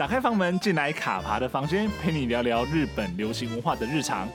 打开房门，进来卡爬的房间，陪你聊聊日本流行文化的日常。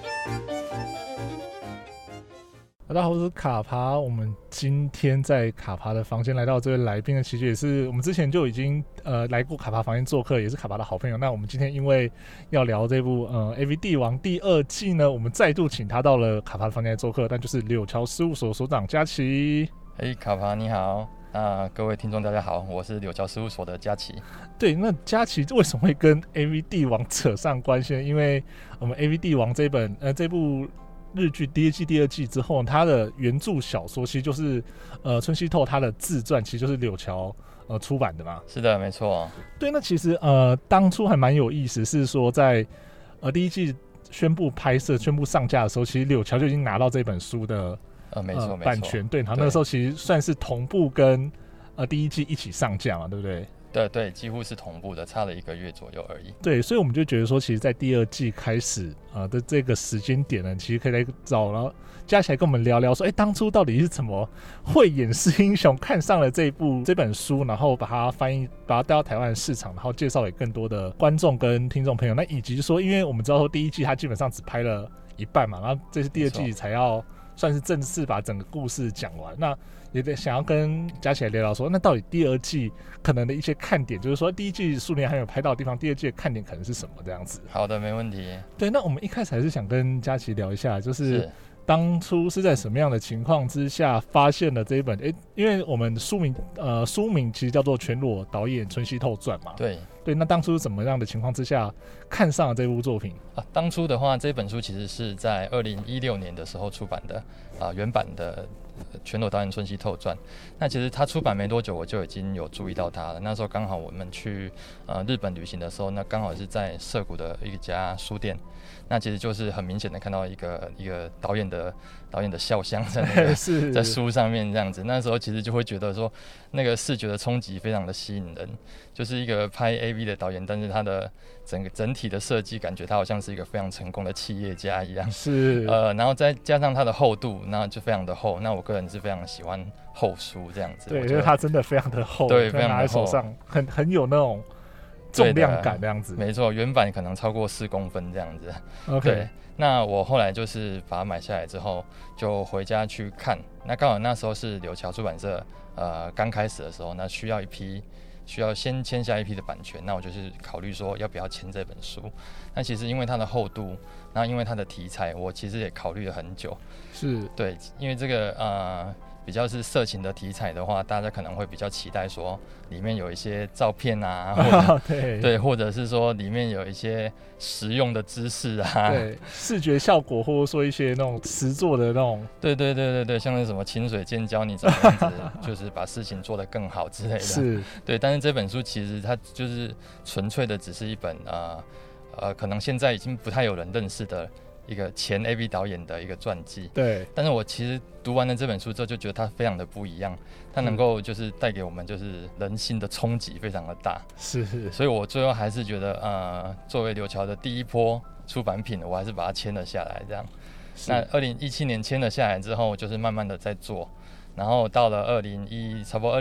大家好，我是卡爬。我们今天在卡爬的房间来到这位来宾呢，其实也是我们之前就已经来过卡爬房间做客，也是卡爬的好朋友。那我们今天因为要聊这部AV 帝王第二季呢，我们再度请他到了卡爬的房间来做客，但就是柳桥事务所所长佳琪。 卡爬你好，各位听众大家好，我是柳桥事务所的佳琪。 对，那佳琪为什么会跟 AV 帝王扯上关系呢？因为我们 AV 帝王这部日剧第一季、第二季之后，他的原著小说其实就是村西透他的自传，其实就是柳桥出版的嘛。 是的，没错。 对，那其实当初还蛮有意思，是说在第一季宣布拍摄、宣布上架的时候，其实柳桥就已经拿到这本书的没错版权。对，然后那个时候其实算是同步跟第一季一起上架嘛，对不对？ 对，几乎是同步的，差了1个月左右而已。 对，所以我们就觉得说，其实，在第二季开始的这个时间点呢，其实可以来找，然后加起来跟我们聊聊说，当初到底是怎么慧眼识英雄，看上了这本书，然后把它翻译，把它带到台湾的市场，然后介绍给更多的观众跟听众朋友。那以及说，因为我们知道说第一季它基本上只拍了一半嘛，然后这是第二季才要算是正式把整个故事讲完。那也得想要跟佳琪来聊聊说，那到底第二季可能的一些看点，就是说第一季数年还有拍到的地方，第二季的看点可能是什么这样子？ 好的，没问题。 对，那我们一开始还是想跟佳琪聊一下，就是当初是在什么样的情况之下发现了这一本？因为我们书名其实叫做《全裸导演村西透传》嘛。对，那当初是怎么样的情况之下看上了这部作品？ 当初的话，这本书其实是在2016年的时候出版的原版的全裸导演村西透传。那其实它出版没多久，我就已经有注意到它了。那时候刚好我们去日本旅行的时候，那刚好是在涩谷的一家书店。那其实就是很明显的看到一个导演的肖像在在书上面这样子。那时候其实就会觉得说，那个视觉的冲击非常的吸引人，就是一个拍 AV 的导演，但是他的整体的设计感觉他好像是一个非常成功的企业家一样。 是然后再加上它的厚度，那就非常的厚。那我个人是非常喜欢厚书这样子。 对，因为它真的非常的厚， 对，非常的厚， 拿在手上很有那种重量感这样子。 没错，原版可能超过4公分这样子。 OK， 对，那我后来就是把它买下来之后，就回家去看。那刚好那时候是柳桥出版社刚开始的时候，那需要先签下一批的版权。那我就是考虑说要不要签这本书。那其实因为它的厚度，然后因为它的题材，我其实也考虑了很久。 是对，因为这个比较是色情的题材的话，大家可能会比较期待说里面有一些照片啊，或者对，或者是说里面有一些实用的知识啊， 对，视觉效果，或者说一些那种实作的那种， 对，像是什么清水剑教你怎么样子，就是把事情做得更好之类的。 是， 对，但是这本书其实它就是纯粹的只是一本可能现在已经不太有人认识的一个前 AV 导演的一个传记。 对， 但是我其实读完了这本书之后，就觉得它非常的不一样，它能够就是带给我们就是人心的冲击非常的大。 是， 所以我最后还是觉得作为柳桥的第一波出版品，我还是把它签了下来这样。那2017年签了下来之后，就是慢慢的在做，然后到了差不多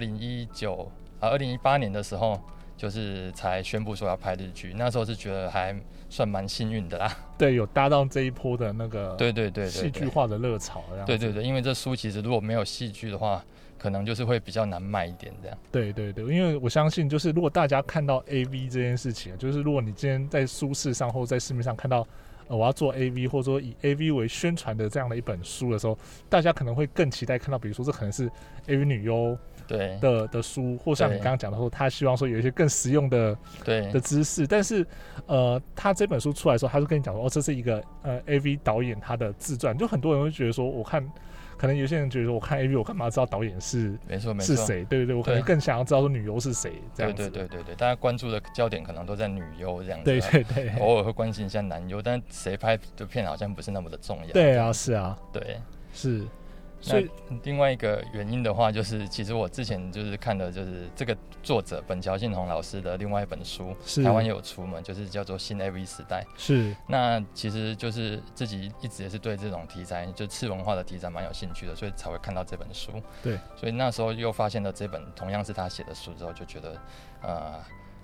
2018年的时候，就是才宣布说要拍日剧。那时候是觉得还算蛮幸运的啦。 对，有搭到这一波的那个对戏剧化的热潮。 对，因为这书其实如果没有戏剧的话，可能就是会比较难卖一点这样。 对，因为我相信就是如果大家看到 AV 这件事情，就是如果你今天在书市上或在市面上看到我要做 AV 或者说以 AV 为宣传的这样的一本书的时候，大家可能会更期待看到比如说这可能是 AV 女优的书，或像你刚刚讲的说他希望说有一些更实用的知识。但是他这本书出来的时候，他就跟你讲说这是一个AV 导演他的自传。就很多人会觉得说我看，可能有些人觉得说我看 AV 我干嘛知道导演是谁？对，我可能更想要知道说女优是谁这样子。 对，大家关注的焦点可能都在女优这样子。 对， 偶尔会关心一下男优，但谁拍的片好像不是那么的重要。 对啊，是啊， 对， 是。 所以另外一个原因的话，就是其实我之前就是看的就是这个作者本桥信宏老师的另外一本书，台湾也有出嘛，就是叫做《新 AV 时代》。 是。 那其实就是自己一直也是对这种题材，就次文化的题材蛮有兴趣的，所以才会看到这本书。 对。 所以那时候又发现了这本同样是他写的书之后，就觉得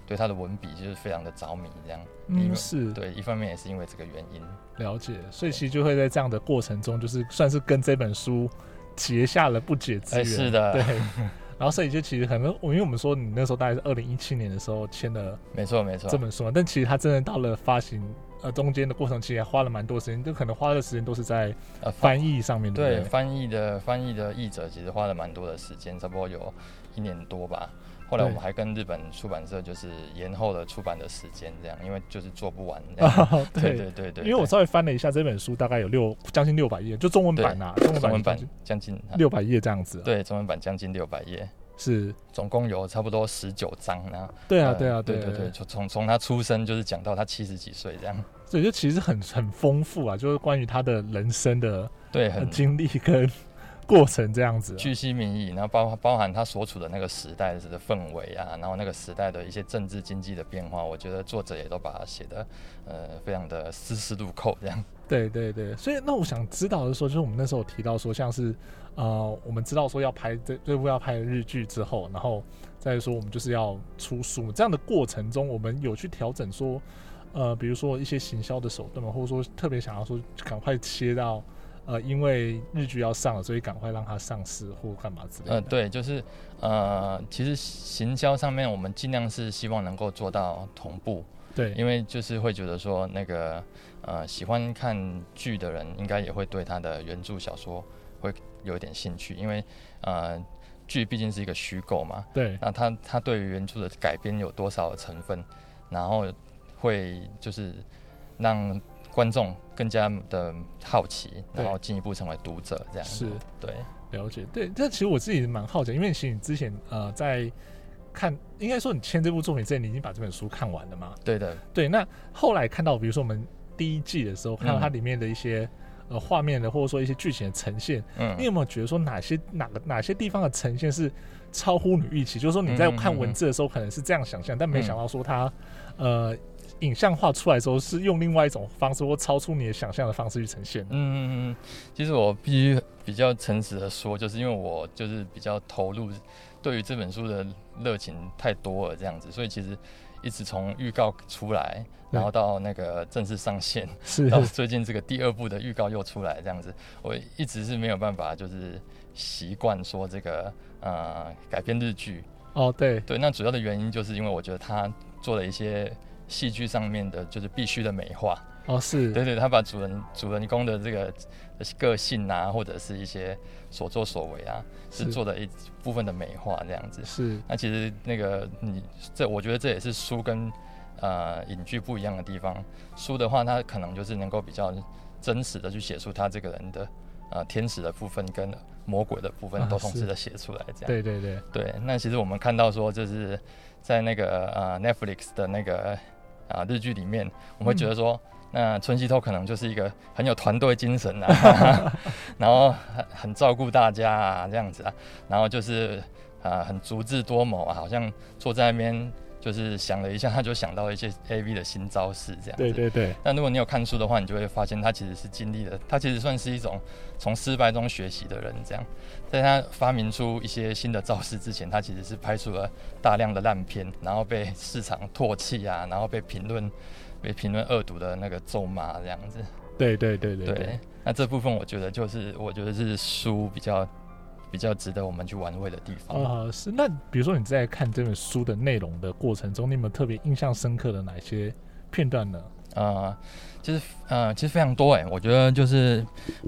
对他的文笔就是非常的着迷这样。 是， 对，一方面也是因为这个原因。 了解，所以其实就会在这样的过程中，就是算是跟这本书结下了不解之缘。 是的， 对。然后所以就其实可能，因为我们说你那时候大概是2017年的时候签了， 没错这本书嘛，但其实他真的到了发行中间的过程，其实还花了蛮多时间，就可能花的时间都是在翻译上面。 对，翻译的译者其实花了蛮多的时间，差不多有1年多吧。后来我们还跟日本出版社就是延后了出版的时间，这样，因为就是做不完这样。对，因为我稍微翻了一下这本书，大概有将近600页，就中文版啊， 中文版将近 600页这样子。 对，中文版将近600页， 是总共有差不多19章呢。 对啊， 从他出生就是讲到他70几岁这样。 所以就其实很丰富啊，就是关于他的人生的经历跟过程这样子， 巨细靡遗，然后包含他所处的那个时代的氛围啊，然后那个时代的一些政治经济的变化，我觉得作者也都把它写得非常的丝丝入扣这样。 对，所以那我想知道的说，就是我们那时候提到说，像是我们知道说要拍这部要拍的日剧之后，然后再说我们就是要出书，这样的过程中，我们有去调整说，比如说一些行销的手段嘛，或者说特别想要说赶快切到。因为日剧要上了，所以赶快让它上市或干嘛之类的。 对，就是其实行销上面我们尽量是希望能够做到同步。 对， 因为就是会觉得说那个喜欢看剧的人应该也会对他的原著小说会有一点兴趣，因为剧毕竟是一个虚构嘛。 对， 那他对于原著的改编有多少成分，然后会就是让观众更加的好奇，然后进一步成为读者这样子。 是， 对， 了解。对，这其实我自己蛮好奇，因为其实你之前在看，应该说你签这部作品之前，你已经把这本书看完了嘛？ 对的。 对，那后来看到，比如说我们第1季的时候，看到它里面的一些画面的，或者说一些剧情的呈现，你有没有觉得说哪些地方的呈现是超乎你预期？就是说你在看文字的时候可能是这样想象，但没想到说它影像化出来之后是用另外一种方式或超出你的想象的方式去呈现。 其实我必须比较诚实的说，就是因为我就是比较投入，对于这本书的热情太多了这样子，所以其实一直从预告出来，然后到那个正式上线，到最近这个第2部的预告又出来这样子，我一直是没有办法就是习惯说这个改编日剧。对，那主要的原因就是因为我觉得他做了一些戏剧上面的就是必须的美化。 是， 对，他把主人公的这个个性啊，或者是一些所作所为啊，是做的一部分的美化这样子。 是， 那其实那个我觉得这也是书跟影剧不一样的地方。书的话，它可能就是能够比较真实的去写出他这个人的天使的部分跟魔鬼的部分都同时的写出来这样。 对，那其实我们看到说，就是在那个Netflix 的那个日剧里面，我们会觉得说，那村西透可能就是一个很有团队精神啊，然后很照顾大家啊这样子啊，然后就是很足智多谋啊，好像坐在那边就是想了一下，他就想到一些 AV 的新招式这样子。 对。 但如果你有看书的话，你就会发现他其实是经历了，他其实算是一种从失败中学习的人这样。在他发明出一些新的招式之前，他其实是拍出了大量的烂片，然后被市场唾弃啊，然后被评论恶毒的那个咒骂这样子。对。那这部分我觉得是书比较值得我们去玩味的地方。 是。那比如说你在看这本书的内容的过程中，你有没有特别印象深刻的哪些片段呢？ 其实非常多我觉得就是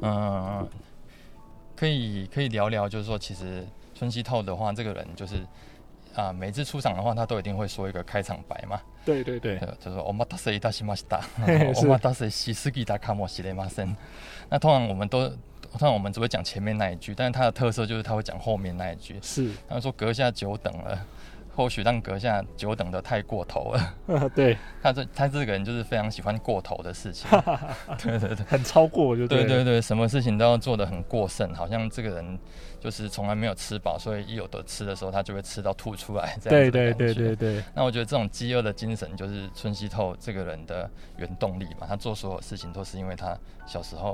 可以聊聊，就是说其实村西透的话，这个人就是每次出场的话，他都一定会说一个开场白嘛。 对。 就是お待たせいたしました。お待たせしすぎたかもしれません。那通常我们只会讲前面那一句，但是他的特色就是他会讲后面那一句。 是， 他说阁下久等了，或许让阁下久等的太过头了。 对， 他这个人就是非常喜欢过头的事情。对， 很超过就对。 对，什么事情都要做得很过剩，好像这个人就是从来没有吃饱，所以一有得吃的时候，他就会吃到吐出来这样子的感觉。 对。 那我觉得这种饥饿的精神就是村西透这个人的原动力嘛，他做所有事情都是因为他小时候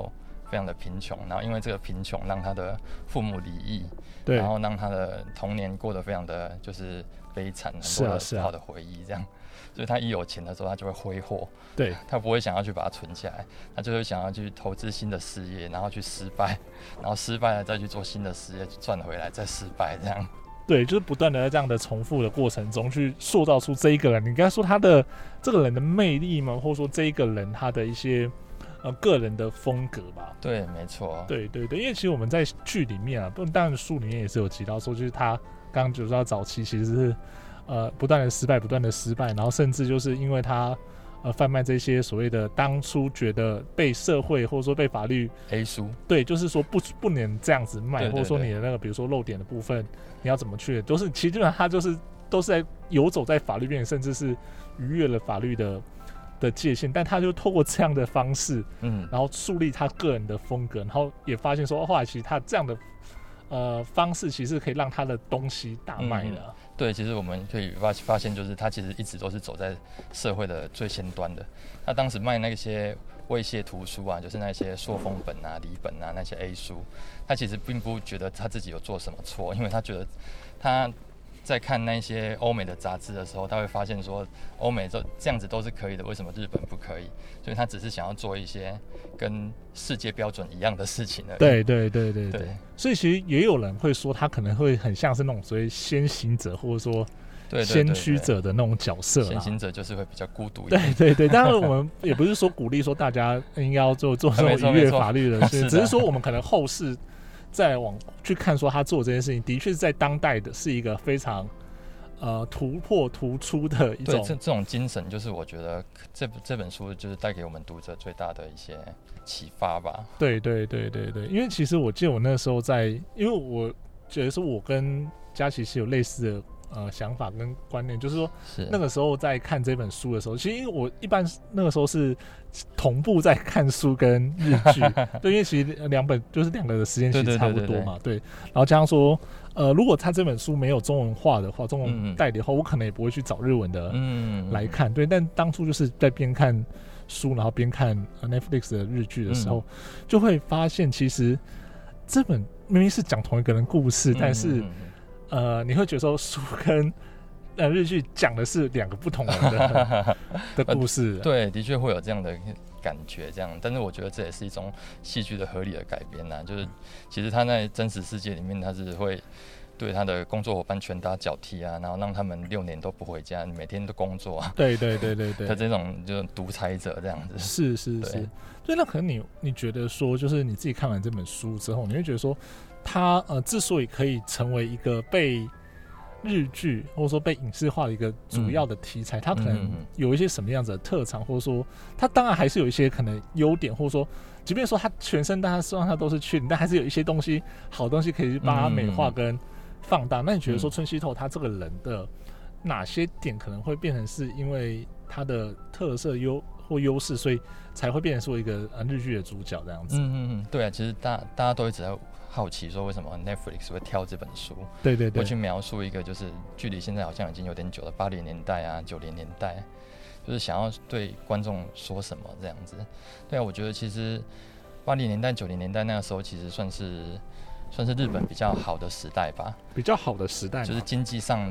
非常的贫穷，然后因为这个贫穷让他的父母离异， 对， 然后让他的童年过得非常的就是悲惨，很多的不好的回忆这样。所以他一有钱的时候，他就会挥霍， 对， 他不会想要去把它存起来，他就会想要去投资新的事业，然后去失败，然后失败了再去做新的事业，赚回来再失败这样。 对，就是不断的在这样的重复的过程中去塑造出这一个人。你刚才说他的这个人的魅力吗？或者说这一个人他的一些个人的风格吧？ 对，没错。 对对对，因为其实我们在剧里面啊，当然书里面也是有提到说，就是他刚刚就说到早期其实是不断的失败，不断的失败，然后甚至就是因为他贩卖这些所谓的当初觉得被社会或者说被法律 A 书， 对，就是说不能这样子卖， 对对对， 或者说你的那个比如说漏点的部分，你要怎么去，都是其实基本上他都是在游走在法律边缘，甚至是逾越了法律的界限，但他就透过这样的方式，然后树立他个人的风格，然后也发现说，后来其实他这样的方式其实可以让他的东西大卖的。 对，其实我们可以发现，就是他其实一直都是走在社会的最先端的。他当时卖那些猥亵图书啊，就是那些塑封本啊、离本啊那些 A 书，他其实并不觉得他自己有做什么错，因为他觉得他在看那些欧美的杂志的时候，他会发现说欧美这样子都是可以的，为什么日本不可以？所以他只是想要做一些跟世界标准一样的事情而已。 对对对对对。所以其实也有人会说，他可能会很像是那种所谓先行者，或者说先驱者的那种角色啦。 先行者就是会比较孤独一点。 对对对，当然我们也不是说鼓励说大家应该要做这种逾越法律的事，只是说我们可能后世再往去看说他做这件事情，的确是在当代的是一个非常突破突出的一种。 对，这种精神就是我觉得这本书就是带给我们读者最大的一些启发吧。对对对对对，因为其实我记得我那时候因为我觉得说我跟佳琪是有类似的想法跟观念，就是说那个时候在看这本书的时候，其实因为我一般那个时候是同步在看书跟日剧，对，因为其实两个的时间其实差不多嘛，对。然后加上说，如果他这本书没有中文化的话，中文代理的话，我可能也不会去找日文的来看，对。但当初就是在边看书，然后边看Netflix 的日剧的时候，就会发现其实这本明明是讲同一个人故事，但是你会觉得说书跟日剧讲的是两个不同人的故事。 对，的确会有这样的感觉，这样。但是我觉得这也是一种戏剧的合理的改编呐，就是其实他在真实世界里面，他是会对他的工作伙伴拳打脚踢啊，然后让他们6年都不回家，每天都工作啊。 对对对对对， 他这种就是独裁者这样子。 是是是。所以那可能你觉得说，就是你自己看完这本书之后，你会觉得说，他之所以可以成为一个被日剧或者说被影视化的一个主要的题材，它可能有一些什么样子的特长，或者说它当然还是有一些可能优点，或者说即便说它全身大家希望它都是缺点，但还是有一些东西好东西可以去把它美化跟放大。那你觉得说村西透他这个人的哪些点可能会变成是因为他的特色或优势，所以才会变成说一个日剧的主角这样子？ 对啊，其实大家都一直在好奇说为什么 Netflix 会挑这本书， 对对对， 会去描述一个就是距离现在好像已经有点久了80年代啊90年代，就是想要对观众说什么这样子。对啊，我觉得其实80年代90年代那个时候其实算是日本比较好的时代吧， 比较好的时代， 就是经济上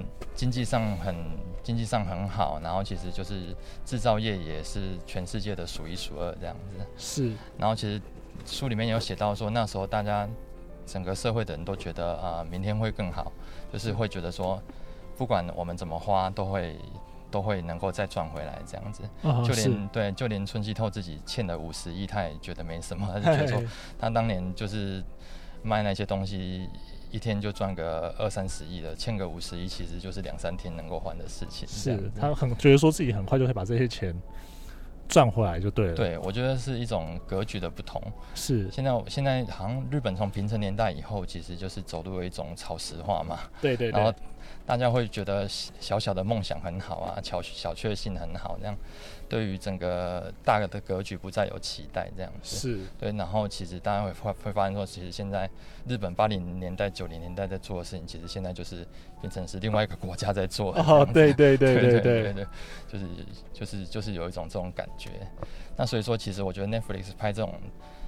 很好，然后其实就是制造业也是全世界的数一数二这样子。 是， 然后其实书里面有写到说那时候大家整个社会的人都觉得明天会更好，就是会觉得说不管我们怎么花都会能够再赚回来这样子。就连村西透自己欠了50亿，他也觉得没什么，他就觉得说他当年就是卖那些东西一天就赚个20-30亿的，欠个50亿其实就是2-3天能够还的事情。 是他觉得说自己很快就会把这些钱赚回来就对了。 对，我觉得是一种格局的不同。 是现在好像日本从平成年代以后，其实就是走入了一种草食化嘛。 对对对。 然后大家会觉得小小的梦想很好啊，小确幸很好，这样对于整个大的格局不再有期待，这样子。 是。对， 然后其实大家会发现说，其实现在日本80年代90年代在做的事情，其实现在就是变成是另外一个国家在做的。 对对对对对对， 就是有一种这种感觉。那所以说，其实我觉得 Netflix 拍这种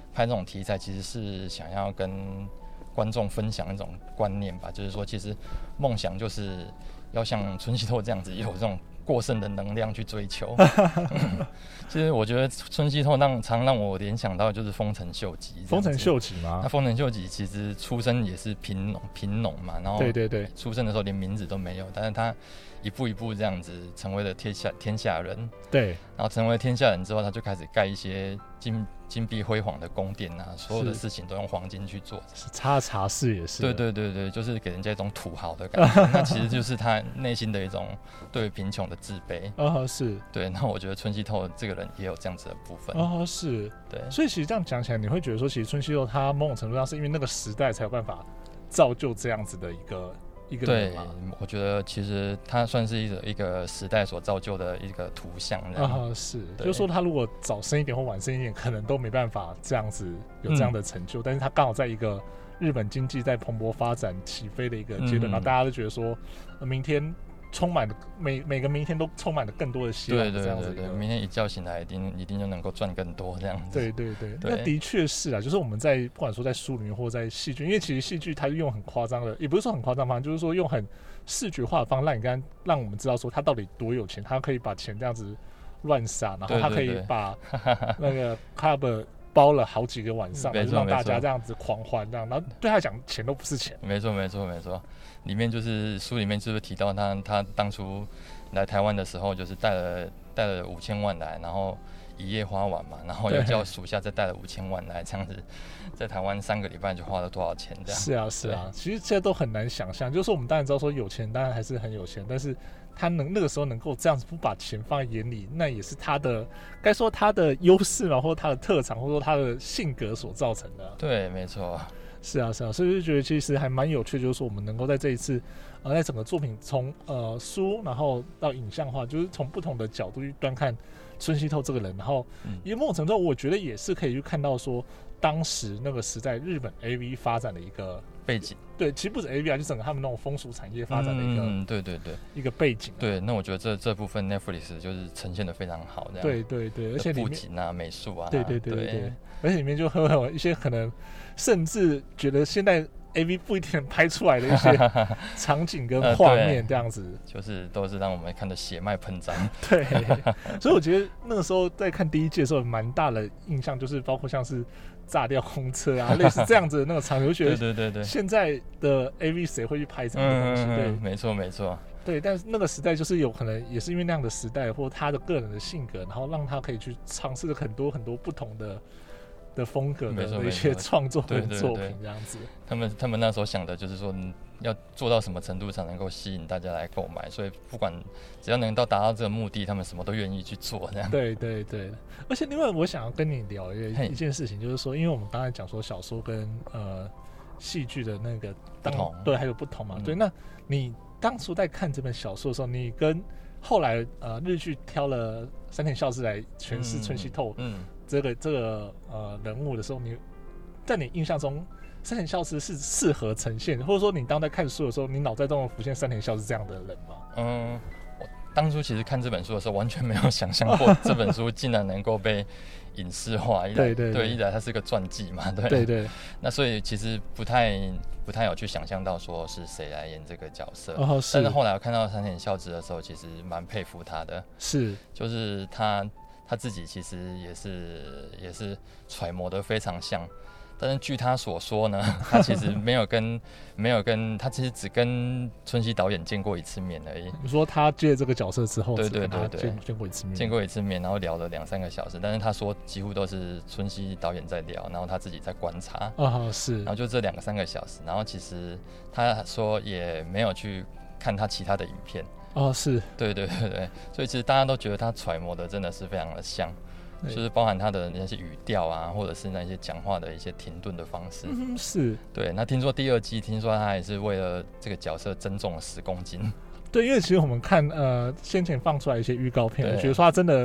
拍这种题材，其实是想要跟观众分享一种观念吧，就是说，其实梦想就是要像村西透这样子，有这种过剩的能量去追求。其实我觉得村西透常让我联想到就是丰臣秀吉。 丰臣秀吉吗？ 那丰臣秀吉其实出身也是贫农嘛，然后对， 出生的时候连名字都没有，但是他一步一步这样子成为了天下人。 对， 然后成为天下人之后，他就开始盖一些金碧辉煌的宫殿啊，所有的事情都用黄金去做。茶室也是。 对，就是给人家一种土豪的感觉。那其实就是他内心的一种对贫穷的自卑。 是。 对，那我觉得村西透这个人也有这样子的部分。 是。 对。 所以其实这样讲起来，你会觉得说，其实村西透他某种程度上是因为那个时代才有办法造就这样子的一个人嘛。 对，我觉得其实他算是一个时代所造就的一个图像。 是。就是说他如果早生一点或晚生一点，可能都没办法这样子有这样的成就。但是他刚好在一个日本经济在蓬勃发展起飞的一个阶段，然后大家都觉得说，明天充满了每个明天都充满了更多的希望。对， 明天一觉醒来一定就能够赚更多这样子。 对，那的确是啊，就是我们在不管说在书里面或在戏剧，因为其实戏剧它用很夸张的，也不是说很夸张方，就是说用很视觉化的方式让我们知道说他到底多有钱，他可以把钱这样子乱撒，然后他可以把那个 club 包了好几个晚上，让大家这样子狂欢，这样，然后对他讲钱都不是钱。 没错。里面就是书里面就是提到他当初来台湾的时候，就是带了5000万来，然后一夜花完嘛，然后又叫属下再带了5000万来，这样子在台湾3个礼拜就花了多少钱？这样是啊，其实这些都很难想象。就是我们当然知道说有钱当然还是很有钱，但是他那个时候能够这样子不把钱放在眼里，那也是他的该说他的优势嘛，或者他的特长，或者说他的性格所造成的。 对，没错。 是啊，所以就觉得其实还蛮有趣，就是说我们能够在这一次，在整个作品从书然后到影像化，就是从不同的角度去端看村西透这个人，然后因为某种程度我觉得也是可以去看到说当时那个时代日本 AV 发展的一个背景。 对，其实不止 AV 啊，就整个他们那种风俗产业发展的一个对一个背景。 对，那我觉得这部分 Netflix 就是呈现的非常好，这样。 对，而且里面布景啊、美术啊， 对，而且里面就会有一些可能甚至觉得现在 AV 不一定能拍出来的一些场景跟画面，这样子， 就是都是让我们看得血脉喷张。 对，所以我觉得那个时候在看第一季的时候，蛮大的印象就是包括像是炸掉公车啊，类似这样子的那个场景，我觉得对，现在的 AV 谁会去拍这样的东西？对， 没错。 对，但是那个时代就是有可能也是因为那样的时代，或他的个人的性格，然后让他可以去尝试很多不同的风格的一些创作跟作品这样子。 他们那时候想的就是说，要做到什么程度才能够吸引大家来购买，所以不管只要能够达到这个目的，他们什么都愿意去做这样。 对，而且另外我想要跟你聊一件事情，就是说，因为我们刚才讲说小说跟戏剧的那个不同， 对，还有不同嘛。对，那你当初在看这本小说的时候，你跟后来日剧挑了山田孝之来诠释村西透这个人物的时候，你在你印象中山田孝之是适合呈现，或者说你当在看书的时候，你脑袋中浮现山田孝之这样的人吗？ 我当初其实看这本书的时候，完全没有想象过这本书竟然能够被影视化。一来它是个传记嘛，对。那所以其实不太有去想象到说是谁来演这个角色。但是后来我看到山田孝之的时候，其实蛮佩服他的。是，就是他自己其实也是揣摩得非常像。但是据他所说呢，他其实没有跟他其实只跟春熙导演见过一次面而已。 你说他接这个角色之后， 对， 见过一次面， 见过一次面，然后聊了2-3个小时。但是他说几乎都是春熙导演在聊，然后他自己在观察。是。然后就这2-3个小时，然后其实他说也没有去看他其他的影片。 是。对， 所以其实大家都觉得他揣摩的真的是非常的像。就是包含他的那些语调啊，或者是那些讲话的一些停顿的方式。 是。对， 那听说第2季，听说他也是为了这个角色增重了10公斤。 对，因为其实我们看先前放出来一些预告片，我觉得说他真的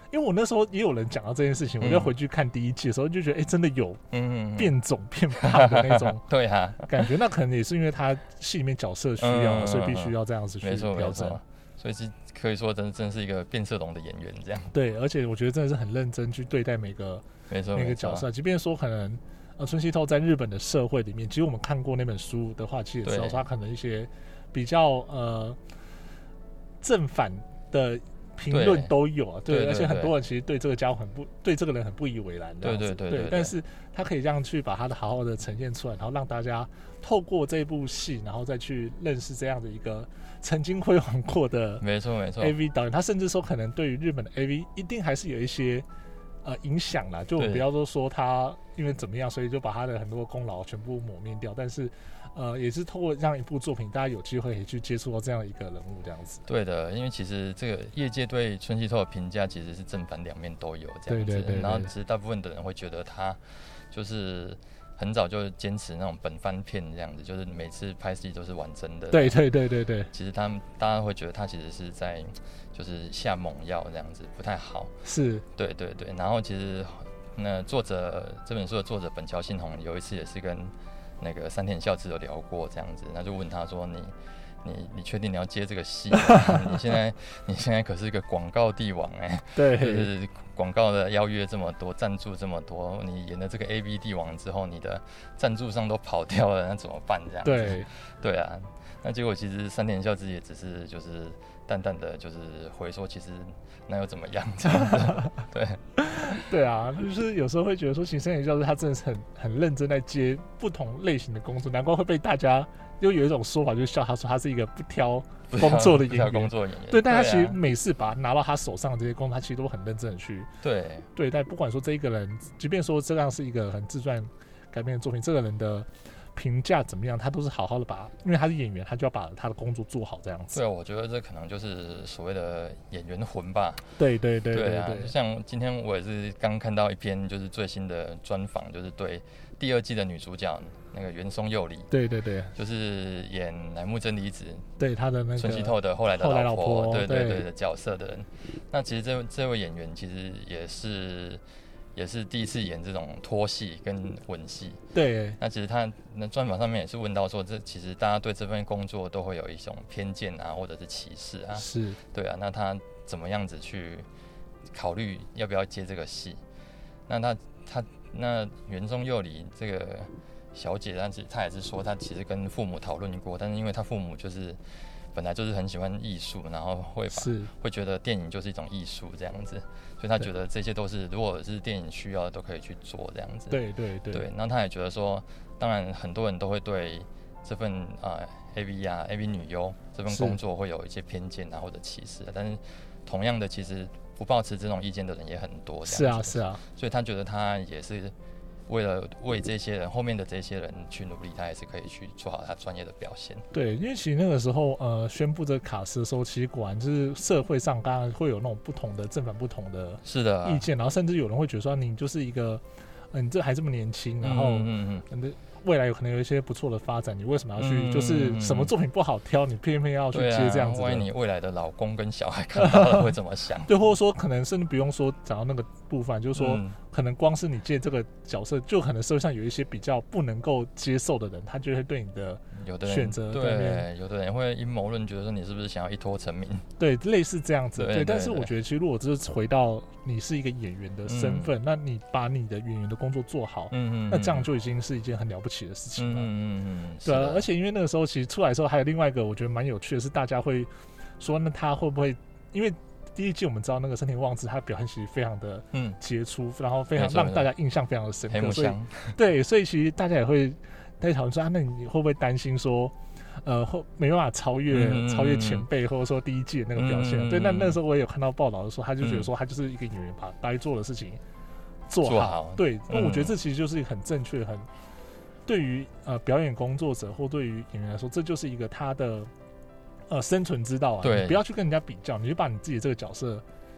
因为我那时候也有人讲到这件事情，我就回去看第一季的时候就觉得，真的有变肿变胖的那种对啊感觉。那可能也是因为他戏里面角色需要，所以必须要这样子去调整。 所以是可以说真是一个变色龙的演员这样。 对，而且我觉得真的是很认真去对待每个角色，即便说可能村西透在日本的社会里面，其实我们看过那本书的话，其实也知道说他可能一些比较正反的评论都有啊，对，而且很多人其实对这个家伙对这个人很不以为然的，对，但是他可以这样去把他的好好的呈现出来，然后让大家透过这部戏，然后再去认识这样的一个曾经辉煌过的没错 AV 导演，他甚至说可能对于日本的 AV 一定还是有一些影响啦，就我们不要说他因为怎么样，所以就把他的很多功劳全部抹灭掉，但是也是透过这样一部作品，大家有机会可以去接触到这样一个人物，这样子。 对的，因为其实这个业界对村西透的评价其实是正反两面都有这样子， 对， 然后其实大部分的人会觉得他就是很早就坚持那种本番片这样子，就是每次拍戏都是玩真的。 对。 其实大家会觉得他其实是在就是下猛药这样子，不太好。 是。对。 然后其实那这本书的作者本桥信宏有一次也是跟那个山田孝之有聊过这样子，那就问他说你确定你要接这个戏？你现在可是一个广告帝王对， 就是广告的邀约这么多，赞助这么多，你演了这个 AV 帝王之后，你的赞助商都跑掉了，那怎么办？这样子，对啊，那结果其实山田孝之也只是就是淡淡的就是回说，其实那又怎么样？这样子， 对啊，就是有时候会觉得说，其实山田孝之他真的是很认真在接不同类型的工作，难怪会被大家。又有一种说法，就是笑他说他是一个不挑工作的演员，对，但他其实每次把他拿到他手上的这些工作，他其实都很认真的去对待。不管说这一个人，即便说这样是一个很自传改编的作品，这个人的评价怎么样，他都是好好的因为他是演员，他就要把他的工作做好这样子。 对，我觉得这可能就是所谓的演员魂吧。 对啊，就像今天我也是刚看到一篇就是最新的专访，就是对第2季的女主角。那个原松佑里，对，就是演乃木真理子， 对他的那个村西透的后来的老婆，对的角色的人。那其实这位演员其实也是第一次演这种拖戏跟吻戏。对，那其实他那专访上面也是问到说，这其实大家对这份工作都会有一种偏见啊，或者是歧视啊。 是， 对啊，那他怎么样子去考虑要不要接这个戏？那原松佑里这个小姐，但是她也是说，她其实跟父母讨论过，但是因为她父母就是本来就是很喜欢艺术，然后会觉得电影就是一种艺术这样子，所以她觉得这些都是如果是电影需要的都可以去做这样子。对，然后她也觉得说，当然很多人都会对这份AV 女优这份工作会有一些偏见啊或者歧视，但是同样的，其实不抱持这种意见的人也很多这样子。是啊，所以她觉得她也是。为了为这些人后面的这些人去努力，他也是可以去做好他专业的表现。对，因为其实那个时候宣布这个卡司的时候，其实果然就是社会上刚刚会有那种不同的正反不同的意见，然后甚至有人会觉得说你就是一个你这还这么年轻，然后未来有可能有一些不错的发展，你为什么要去就是什么作品不好挑，你偏要去接这样子的？万一你未来的老公跟小孩看到了会怎么想？对，或者说可能甚至不用说讲到那个部分，就是说可能光是你接这个角色，就可能社会上有一些比较不能够接受的人，他就会对你的选择对，有的人会阴谋论，觉得说你是不是想要一脱成名？对，类似这样子。对，但是我觉得其实如果只是回到你是一个演员的身份，那你把你的演员的工作做好，那这样就已经是一件很了不起的事情了。对啊，而且因为那个时候其实出来的时候，还有另外一个我觉得蛮有趣的是，大家会说那他会不会因为第一季我们知道那个森田望之他表现其实非常的杰出，然后非常让大家印象非常的深刻，所以对，所以其实大家也会在讨论说那你会不会担心说没办法超越前辈，或者说第一季的那个表现？对，那时候我也有看到报道说，他就觉得说他就是一个演员，把该做的事情做好。对，那我觉得这其实就是一个很正确、很对于表演工作者或对于演员来说，这就是一个他的生存之道啊。对，你不要去跟人家比较，你就把你自己这个角色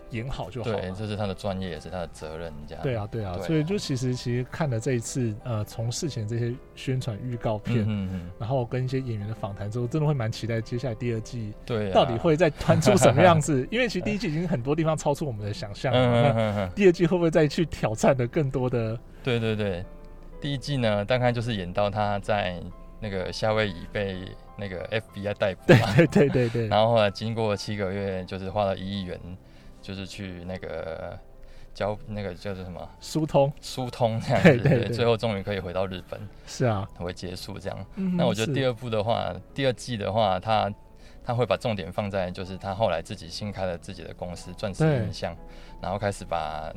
演好就好了。 对，这是他的专业，也是他的责任，这样。 对啊，对啊，所以就其实看了这一次从事前这些宣传预告片，然后跟一些演员的访谈之后，真的会蛮期待接下来第二季到底会再端出什么样子。因为其实第一季已经很多地方超出我们的想象了，那第二季会不会再去挑战的更多的？ 对对对，第一季呢，大概就是演到他在那个夏威夷被那个 FBI 逮捕嘛， 对， 然后后来经过7个月，就是花了1亿元，就是去那个那个叫做什么疏通这样子， 对， 最后终于可以回到日本， 是啊， 会结束这样。那我觉得第二季的话，他会把重点放在就是他后来自己新开了自己的公司钻石影像，然后开始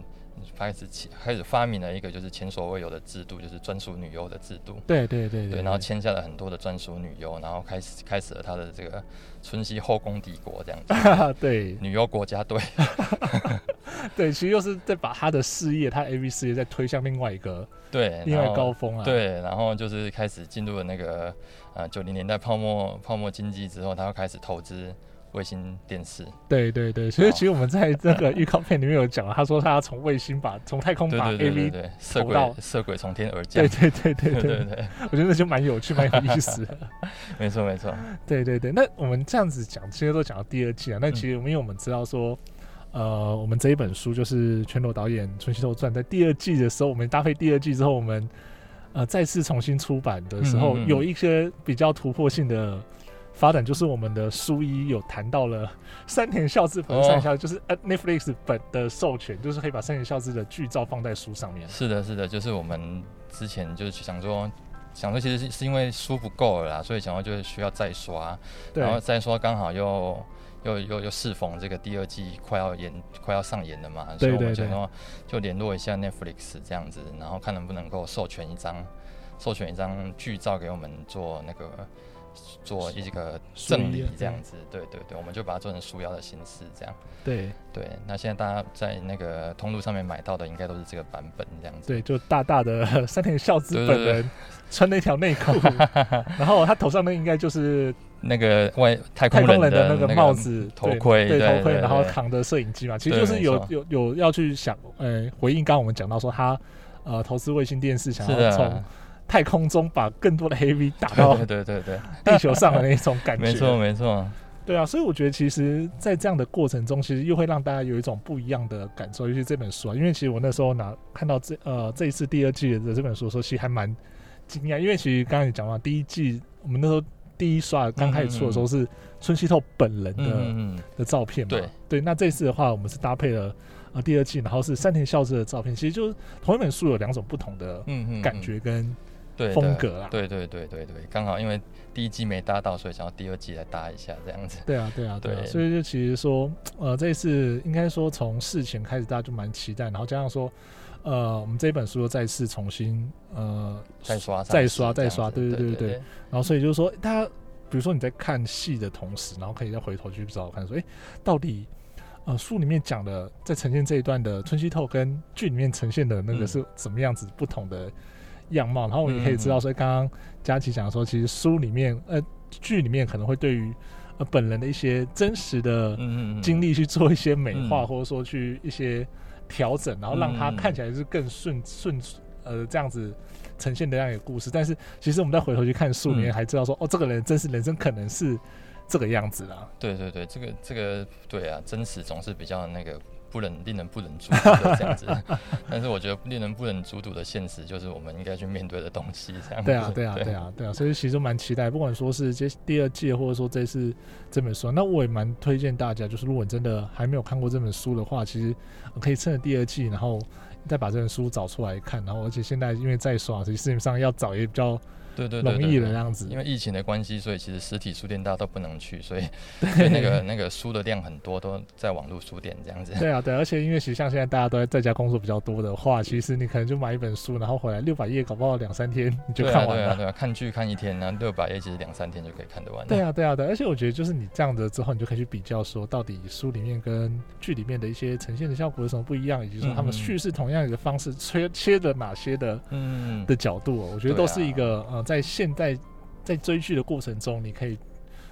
发明了一个就是前所未有的制度，就是专属女优的制度。 对， 然后签下了很多的专属女优，然后开始了他的这个春熙后宫帝国这样子。 对， 女优国家队。 对，其实又是在把他的事业，他 AV 事业再推向另外一个高峰啊。 对，然后就是开始进入了那个90年代泡沫经济之后，他要开始投资卫星电视。对， 所以其实我们在这个预告片里面有讲了，他说他要从太空把 AV 投到色鬼从天而降。 对，我觉得那就蛮有趣蛮有意思的。 没错。 对，那我们这样子讲，其实都讲到第二季了。那其实因为我们知道说我们这一本书就是全裸导演春熙透传，在第二季的时候，我们搭配第二季之后，我们再次重新出版的时候，有一些比较突破性的发展，就是我们的书一有谈到了山田孝之本山田孝之，就是 Netflix 本的授权，就是可以把山田孝之的剧照放在书上面。 是的，就是我们之前就是想说其实是因为书不够了啦，所以想说就是需要再刷，然后再刷刚好又适逢这个第二季快要上演了嘛，所以我们就联络一下 Netflix 这样子，然后看能不能够授权一张剧照给我们做一个赠礼这样子。对，我们就把它做成书腰的形式这样。对，那现在大家在那个通路上面买到的应该都是这个版本这样子。 对，就大大的山田孝之本人穿那条内裤，然后他头上那应该就是那个太空人的那个帽子、 头盔， 对头盔，然后扛着摄影机嘛，其实就是有要去想，回应刚刚我们讲到说他投资卫星电视，想要从太空中把更多的 AV 打到地球上的那种感觉。 没错。 对啊，所以我觉得其实在这样的过程中，其实又会让大家有一种不一样的感受，尤其这本书啊，因为其实我那时候看到这一次第二季的这本书的时候，其实还蛮惊讶，因为其实刚才你讲到第一季，我们那时候第一刷刚开始出的时候是春熙透本人的照片嘛，对，那这次的话我们是搭配了第二季，然后是山田孝之的照片，其实就是同一本书有2种不同的感觉跟风格啦。 对，刚好因为第一季没搭到，所以想要第二季来搭一下这样子。 对啊，所以就其实说这一次应该说从事前开始大家就蛮期待，然后加上说我们这一本书又再次重新再刷，对，然后所以就是说大家比如说你在看戏的同时，然后可以再回头去找看说到底书里面讲的在呈现这一段的春熙透跟剧里面呈现的那个是怎么样子不同的样貌，然后我也可以知道说刚刚佳琪讲说其实书里面剧里面可能会对于本人的一些真实的经历去做一些美化，或者说去一些调整，然后让它看起来是更顺这样子呈现的这样一个故事。但是其实我们再回头去看书里面，还知道说这个人真实人生可能是这个样子啦。 对，这个对啊，真实总是比较那个令人不忍卒睹的这样子，但是我觉得令人不忍卒睹的现实就是我们应该去面对的东西这样子。 对啊，所以其实蛮期待，不管说是第二季或者说这次这本书，那我也蛮推荐大家，就是如果你真的还没有看过这本书的话，其实可以趁着第二季，然后再把这本书找出来看，然后而且现在因为在刷，所以市面上要找也比较容易了这样子。 因为疫情的关系，所以其实实体书店大家都不能去，所以那个书的量很多都在网络书店这样子。 对啊，而且因为其实像现在大家都在家工作比较多的话，其实你可能就买一本书，然后回来600页，搞不好2-3天你就看完了。 对啊，看剧看1天，然后600页其实2-3天就可以看得完了。 对啊，而且我觉得就是你这样的之后，你就可以去比较说，到底书里面跟剧里面的一些呈现的效果有什么不一样，以及说他们叙事同样一个方式切的哪些的角度我觉得都是一个在现在在追剧的过程中，你可以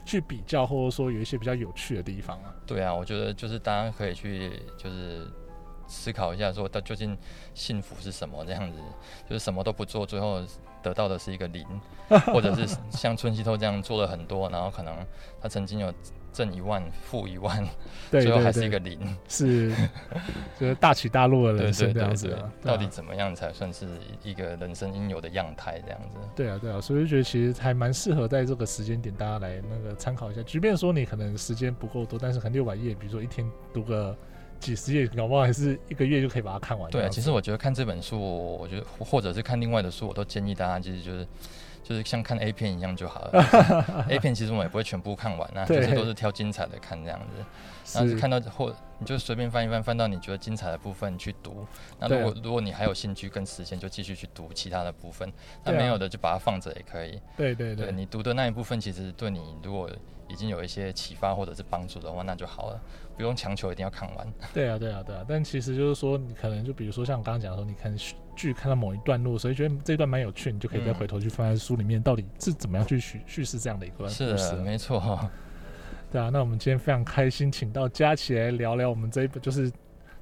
去比较，或者说有一些比较有趣的地方啊？ 对啊，我觉得就是大家可以去就是思考一下，说到究竟幸福是什么这样子，就是什么都不做，最后得到的是一个零，或者是像春熙透这样做了很多，然后可能他曾经有挣1万负1万， 对最后还是一个零， 是就是大起大落的人生这样子啊。 到底怎么样才算是一个人生应有的样态这样子？ 对啊，对啊，所以就觉得其实还蛮适合在这个时间点大家来那个参考一下。即便说你可能时间不够多，但是可能600页，比如说一天读个几十页，搞不好还是1个月就可以把它看完。 对啊，其实我觉得看这本书，我觉得或者是看另外的书，我都建议大家其实就是像看 A 片一样就好了。A 片其实我们也不会全部看完啊，就是都是挑精彩的看这样子。然后看到你就随便翻一翻，翻到你觉得精彩的部分去读。那如果你还有兴趣跟时间，就继续去读其他的部分。那没有的就把它放着也可以。 对对 对， 你读的那一部分，其实对你如果已经有一些启发或者是帮助的话，那就好了，不用强求一定要看完。对啊。 但其实就是说，你可能就比如说像我刚刚讲的说，你看剧看到某一段落，所以觉得这一段蛮有趣，你就可以再回头去翻翻书里面到底是怎么样去叙事这样的一个故事。 是的，没错。 对啊，那我们今天非常开心，请到佳琪来聊聊我们这一本就是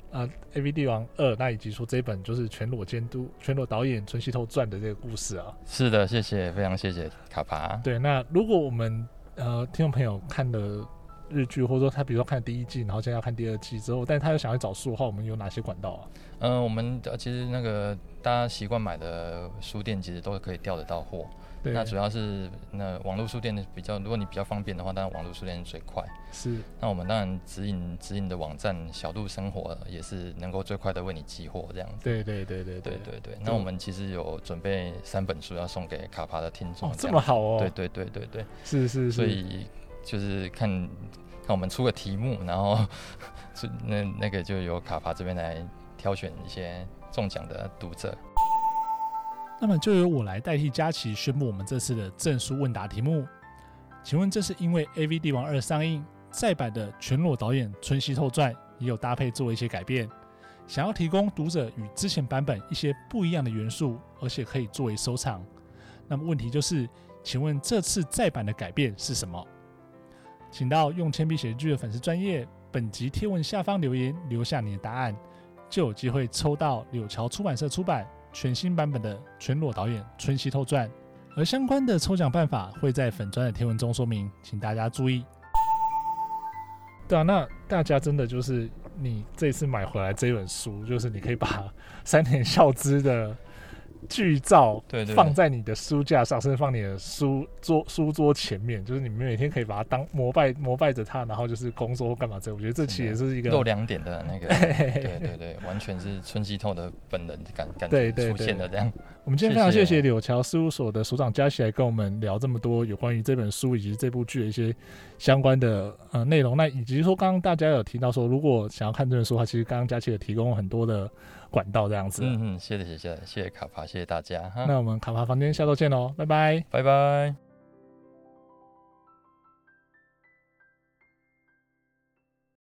AV 帝王2，那以及说这一本就是全裸导演春熙透传的这个故事啊。 是的，谢谢，非常谢谢卡帕。 对，那如果我们听众朋友看的日剧，或者说他比如说看第1季，然后现在要看第2季之后，但是他又想要找书的话，我们有哪些管道啊？ 我们其实那个大家习惯买的书店，其实都可以调得到货。那主要是那网络书店比较，如果你比较方便的话，当然网络书店是最快。 是。那我们当然指引的网站小路生活也是能够最快的为你寄货这样子。 对。 那我们其实有准备3本书要送给卡帕的听众。 这么好哦。 对。 是。 所以就是看我们出个题目，然后那个就由卡帕这边来挑选一些中奖的读者。 那么就由我来代替佳琪宣布我们这次的证书问答题目。请问这是因为 AV 帝王2上映，再版的全裸导演春熙透传也有搭配做一些改变，想要提供读者与之前版本一些不一样的元素，而且可以作为收藏。那么问题就是，请问这次再版的改变是什么？请到用铅笔写日剧的粉丝专页本集贴文下方留言，留下你的答案，就有机会抽到柳桥出版社出版全新版本的全裸导演春熙透传，而相关的抽奖办法会在粉专的贴文中说明，请大家注意。对啊，那大家真的就是你这次买回来这本书，就是你可以把山田孝之的剧照放在你的书架上，甚至放你的书桌前面，就是你每天可以把它当膜拜着它，然后就是工作或干嘛这。我觉得这其实也是一个露2点的那个，对，完全是春熙透的本人感觉出现的这样。 我们今天非常谢谢柳桥事务所的所长佳琪来跟我们聊这么多有关于这本书以及这部剧的一些相关的内容。那以及说刚刚大家有提到说，如果想要看这本书的话，其实刚刚佳琪有提供很多的管道这样子。 谢谢卡帕，谢谢大家。 那我们卡帕房间下周见喽，拜拜。